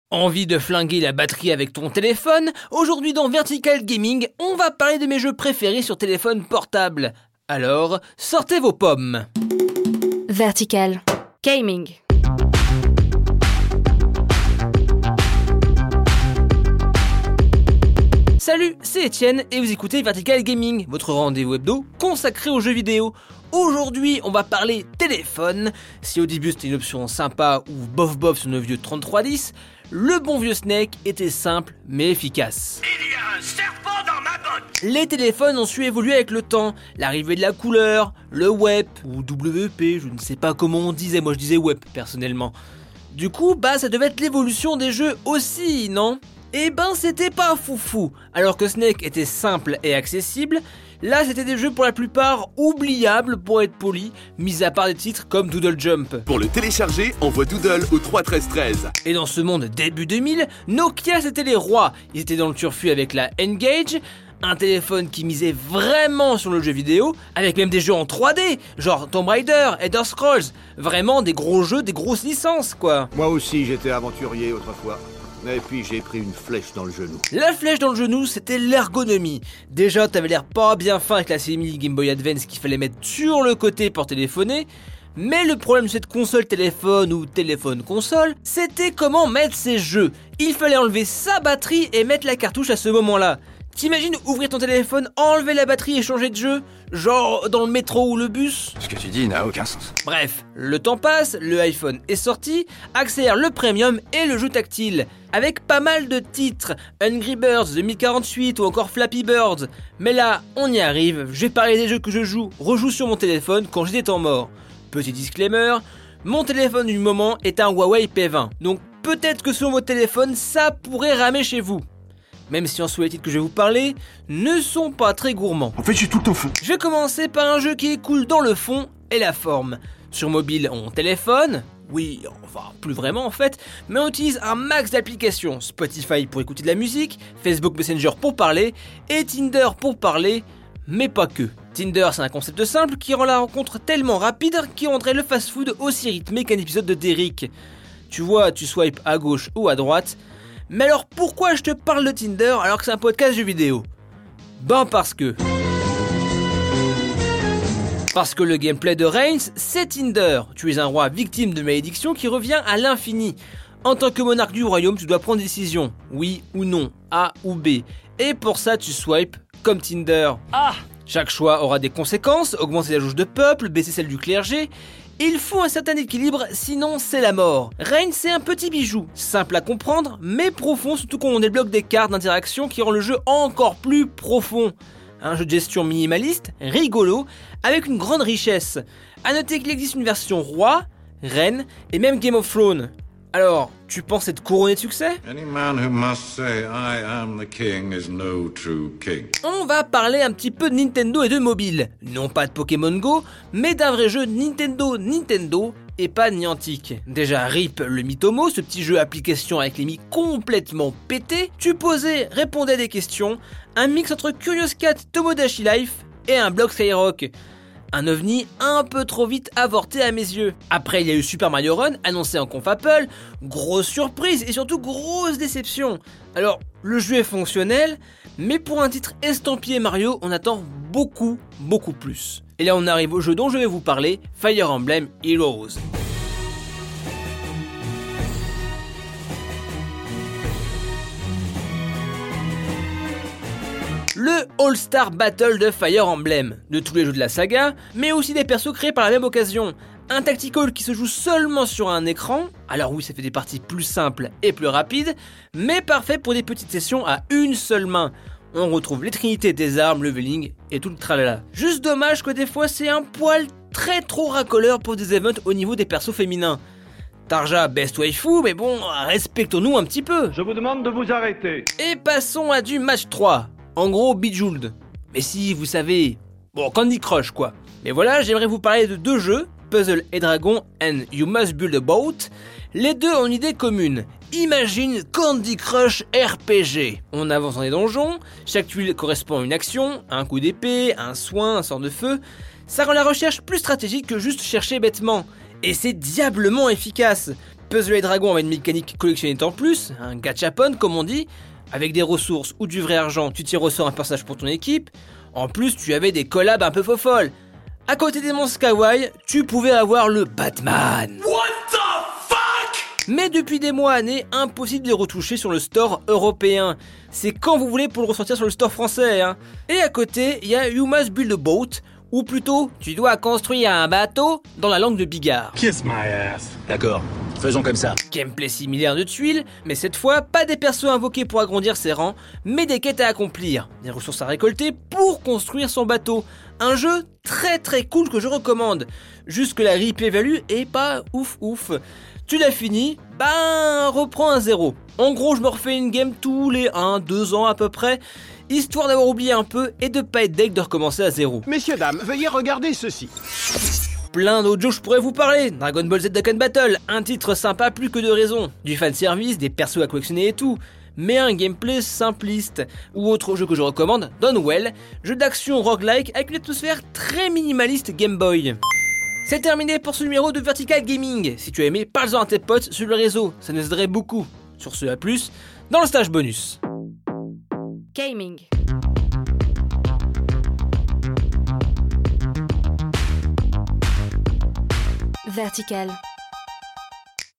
Envie de flinguer la batterie avec ton téléphone? Aujourd'hui dans Vertical Gaming, on va parler de mes jeux préférés sur téléphone portable. Alors, sortez vos pommes. Vertical Gaming. Salut, c'est Etienne et vous écoutez Vertical Gaming, votre rendez-vous hebdo consacré aux jeux vidéo. Aujourd'hui, on va parler téléphone. Si au début c'était une option sympa ou bof sur nos vieux 3310, le bon vieux Snake était simple mais efficace. Il y a un serpent dans ma botte! Les téléphones ont su évoluer avec le temps, l'arrivée de la couleur, le WEP ou WP, je ne sais pas comment on disait, moi je disais WEP personnellement. Du coup, ça devait être l'évolution des jeux aussi, non ? Eh ben c'était pas foufou. Alors que Snake était simple et accessible, là c'était des jeux pour la plupart oubliables pour être poli, mis à part des titres comme Doodle Jump. Pour le télécharger, envoie Doodle au 3 13 13. Et dans ce monde début 2000, Nokia c'était les rois. Ils étaient dans le turfu avec la N-Gage, un téléphone qui misait vraiment sur le jeu vidéo, avec même des jeux en 3D, genre Tomb Raider, Elder Scrolls, vraiment des gros jeux, des grosses licences quoi. Moi aussi j'étais aventurier autrefois. Et puis j'ai pris une flèche dans le genou. La flèche dans le genou, c'était l'ergonomie. Déjà, t'avais l'air pas bien fin avec la CMI Game Boy Advance qu'il fallait mettre sur le côté pour téléphoner. Mais le problème de cette console téléphone ou téléphone console, c'était comment mettre ses jeux. Il fallait enlever sa batterie et mettre la cartouche à ce moment-là. T'imagines ouvrir ton téléphone, enlever la batterie et changer de jeu? Genre dans le métro ou le bus? Ce que tu dis n'a aucun sens. Bref, le temps passe, le iPhone est sorti, accélère le premium et le jeu tactile. Avec pas mal de titres, Angry Birds, 2048 ou encore Flappy Birds. Mais là, on y arrive, je vais parler des jeux que je rejoue sur mon téléphone quand j'ai des temps morts. Petit disclaimer, mon téléphone du moment est un Huawei P20. Donc peut-être que sur votre téléphone, ça pourrait ramer chez vous. Même si en soi les titres que je vais vous parler ne sont pas très gourmands. En fait j'ai tout le temps faim. Je vais commencer par un jeu qui est cool dans le fond et la forme. Sur mobile, on téléphone. Oui, enfin, plus vraiment en fait, mais on utilise un max d'applications. Spotify pour écouter de la musique, Facebook Messenger pour parler, et Tinder pour parler, mais pas que. Tinder, c'est un concept simple qui rend la rencontre tellement rapide qu'il rendrait le fast-food aussi rythmé qu'un épisode de Derrick. Tu vois, tu swipes à gauche ou à droite. Mais alors pourquoi je te parle de Tinder alors que c'est un podcast jeux vidéo ? Parce que le gameplay de Reigns, c'est Tinder. Tu es un roi victime de malédiction qui revient à l'infini. En tant que monarque du royaume, tu dois prendre des décisions. Oui ou non, A ou B. Et pour ça, tu swipes comme Tinder. Chaque choix aura des conséquences, augmenter la jauge de peuple, baisser celle du clergé. Il faut un certain équilibre, sinon c'est la mort. Reigns, c'est un petit bijou, simple à comprendre, mais profond, surtout quand on débloque des cartes d'interaction qui rend le jeu encore plus profond. Un jeu de gestion minimaliste, rigolo, avec une grande richesse. A noter qu'il existe une version roi, reine et même Game of Thrones. Alors, tu penses être couronné de succès ? Any man who must say I am the king is no true king. On va parler un petit peu de Nintendo et de mobile. Non pas de Pokémon Go, mais d'un vrai jeu Nintendo et pas Niantic. Déjà RIP le Mitomo, ce petit jeu application avec les mi complètement pété. Tu posais, répondais à des questions, un mix entre Curious Cat, Tomodachi Life et un bloc Skyrock. Un ovni un peu trop vite avorté à mes yeux. Après il y a eu Super Mario Run, annoncé en conf Apple, grosse surprise et surtout grosse déception. Alors le jeu est fonctionnel, mais pour un titre estampillé Mario, on attend beaucoup plus. Et là on arrive au jeu dont je vais vous parler, Fire Emblem Heroes. Le All-Star Battle de Fire Emblem, de tous les jeux de la saga, mais aussi des persos créés par la même occasion. Un tactical qui se joue seulement sur un écran, alors oui ça fait des parties plus simples et plus rapides, mais parfait pour des petites sessions à une seule main. On retrouve les trinités des armes, leveling et tout le tralala. Juste dommage que des fois c'est un poil très trop racoleur pour des events au niveau des persos féminins. Tarja best waifu, mais bon, respectons-nous un petit peu. Je vous demande de vous arrêter. Et passons à du match 3. En gros, Bejeweled. Mais si, vous savez... Bon, Candy Crush, quoi. Mais voilà, j'aimerais vous parler de deux jeux, Puzzle & Dragon and You Must Build a Boat. Les deux ont une idée commune. Imagine Candy Crush RPG. On avance dans les donjons, chaque tuile correspond à une action, un coup d'épée, un soin, un sort de feu. Ça rend la recherche plus stratégique que juste chercher bêtement. Et c'est diablement efficace. Puzzle et Dragon avait une mécanique collectionnée en plus, un gachapon comme on dit, avec des ressources ou du vrai argent, tu tires au sort un personnage pour ton équipe. En plus, tu avais des collabs un peu faux-folles. À côté des monstres kawaii, tu pouvais avoir le Batman. What the fuck? Mais depuis des mois, années, impossible de les retoucher sur le store européen. C'est quand vous voulez pour le ressortir sur le store français. Hein. Et à côté, il y a You Must Build a Boat, ou plutôt, tu dois construire un bateau dans la langue de Bigard. Kiss my ass. D'accord, faisons comme ça. Gameplay similaire de tuiles, mais cette fois, pas des persos invoqués pour agrandir ses rangs, mais des quêtes à accomplir, des ressources à récolter pour construire son bateau. Un jeu très cool que je recommande. Juste que la replay value est pas ouf. Tu l'as fini, reprends un 0. En gros, je me refais une game tous les 1-2 ans à peu près, histoire d'avoir oublié un peu et de pas être deg de recommencer à 0. Messieurs, dames, veuillez regarder ceci. Plein d'autres jeux je pourrais vous parler, Dragon Ball Z Dokkan Battle, un titre sympa plus que de raison, du fanservice, des persos à collectionner et tout, mais un gameplay simpliste. Ou autre jeu que je recommande, Donwell, jeu d'action roguelike avec une atmosphère très minimaliste Game Boy. C'est terminé pour ce numéro de Vertical Gaming. Si tu as aimé, parle-en à tes potes sur le réseau, ça nous aiderait beaucoup. Sur ce, à plus, dans le stage bonus. Gaming. Vertical.